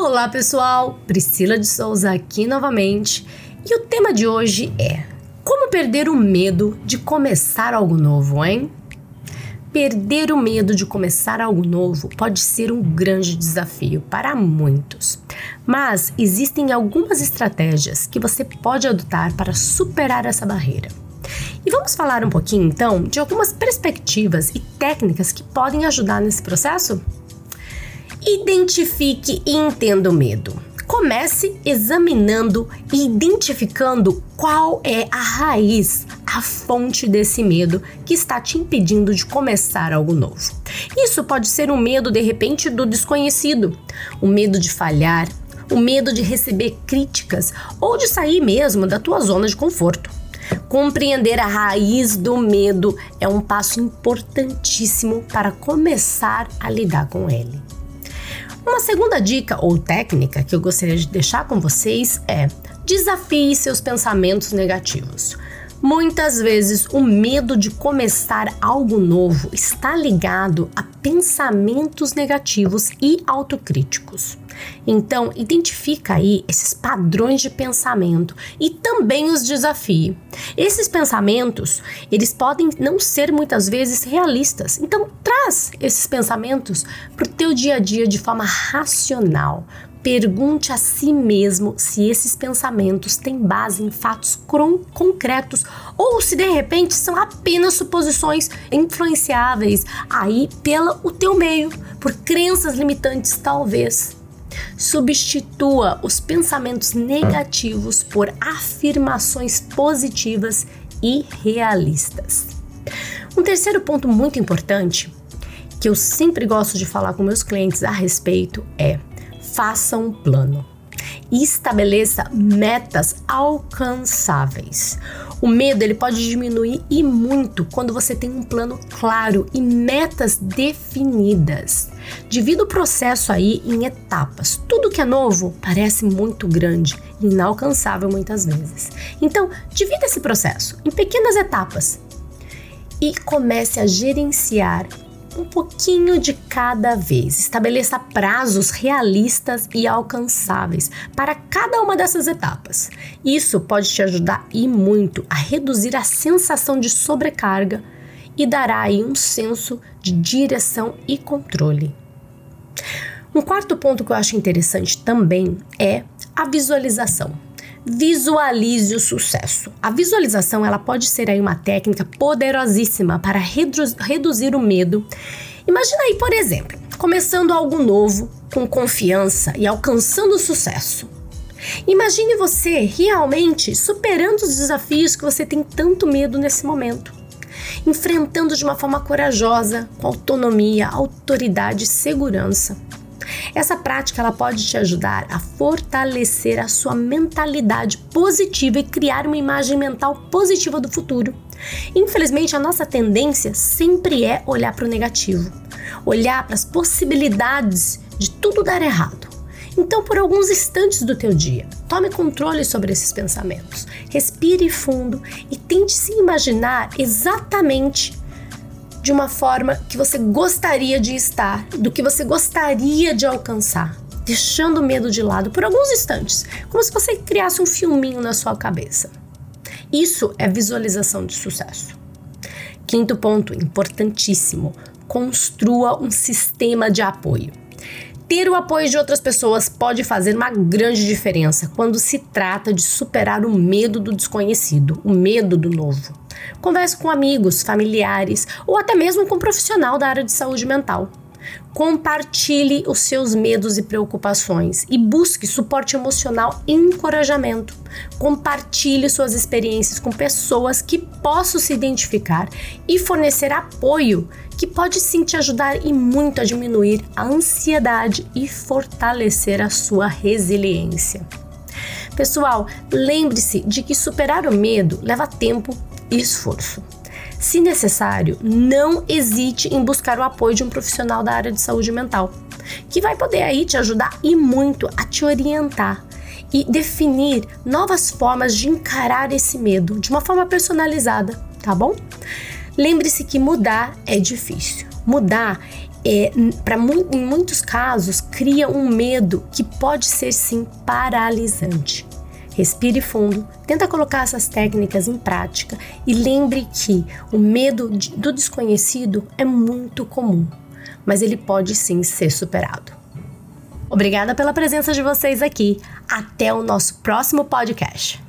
Olá pessoal, Priscila de Souza aqui novamente e o tema de hoje é como perder o medo de começar algo novo, hein? Perder o medo de começar algo novo pode ser um grande desafio para muitos, mas existem algumas estratégias que você pode adotar para superar essa barreira. E vamos falar um pouquinho então de algumas perspectivas e técnicas que podem ajudar nesse processo? Identifique e entenda o medo. Comece examinando e identificando qual é a raiz, a fonte desse medo que está te impedindo de começar algo novo. Isso pode ser um medo, de repente, do desconhecido, o medo de falhar, o medo de receber críticas ou de sair mesmo da tua zona de conforto. Compreender a raiz do medo é um passo importantíssimo para começar a lidar com ele. Uma segunda dica ou técnica que eu gostaria de deixar com vocês é: desafie seus pensamentos negativos. Muitas vezes o medo de começar algo novo está ligado a pensamentos negativos e autocríticos. Então, identifica aí esses padrões de pensamento e também os desafie. Esses pensamentos, eles podem não ser muitas vezes realistas. Então, traz esses pensamentos para o teu dia a dia de forma racional. Pergunte a si mesmo se esses pensamentos têm base em fatos concretos ou se de repente são apenas suposições influenciáveis aí pelo teu meio, por crenças limitantes talvez. Substitua os pensamentos negativos por afirmações positivas e realistas. Um terceiro ponto muito importante que eu sempre gosto de falar com meus clientes a respeito é: faça um plano e estabeleça metas alcançáveis. O medo ele pode diminuir e muito quando você tem um plano claro e metas definidas. Divida o processo aí em etapas. Tudo que é novo parece muito grande e inalcançável muitas vezes. Então, divida esse processo em pequenas etapas e comece a gerenciar um pouquinho de cada vez. Estabeleça prazos realistas e alcançáveis para cada uma dessas etapas. Isso pode te ajudar e muito a reduzir a sensação de sobrecarga e dará aí um senso de direção e controle. Um quarto ponto que eu acho interessante também é a visualização. Visualize o sucesso. A visualização ela pode ser aí uma técnica poderosíssima para reduzir o medo. Imagina aí, por exemplo, começando algo novo, com confiança e alcançando sucesso. Imagine você realmente superando os desafios que você tem tanto medo nesse momento. Enfrentando de uma forma corajosa, com autonomia, autoridade e segurança. Essa prática ela pode te ajudar a fortalecer a sua mentalidade positiva e criar uma imagem mental positiva do futuro. Infelizmente, a nossa tendência sempre é olhar para o negativo, olhar para as possibilidades de tudo dar errado. Então, por alguns instantes do teu dia, tome controle sobre esses pensamentos, respire fundo e tente se imaginar exatamente de uma forma que você gostaria de estar, do que você gostaria de alcançar, deixando o medo de lado por alguns instantes, como se você criasse um filminho na sua cabeça. Isso é visualização de sucesso. Quinto ponto, importantíssimo, construa um sistema de apoio. Ter o apoio de outras pessoas pode fazer uma grande diferença quando se trata de superar o medo do desconhecido, o medo do novo. Converse com amigos, familiares ou até mesmo com um profissional da área de saúde mental. Compartilhe os seus medos e preocupações e busque suporte emocional e encorajamento. Compartilhe suas experiências com pessoas que possam se identificar e fornecer apoio que pode sim te ajudar e muito a diminuir a ansiedade e fortalecer a sua resiliência. Pessoal, lembre-se de que superar o medo leva tempo e esforço. Se necessário, não hesite em buscar o apoio de um profissional da área de saúde mental, que vai poder aí te ajudar e muito a te orientar e definir novas formas de encarar esse medo de uma forma personalizada, tá bom? Lembre-se que mudar é difícil. Mudar em muitos casos, cria um medo que pode ser sim paralisante. Respire fundo, tenta colocar essas técnicas em prática e lembre que o medo do desconhecido é muito comum, mas ele pode sim ser superado. Obrigada pela presença de vocês aqui. Até o nosso próximo podcast.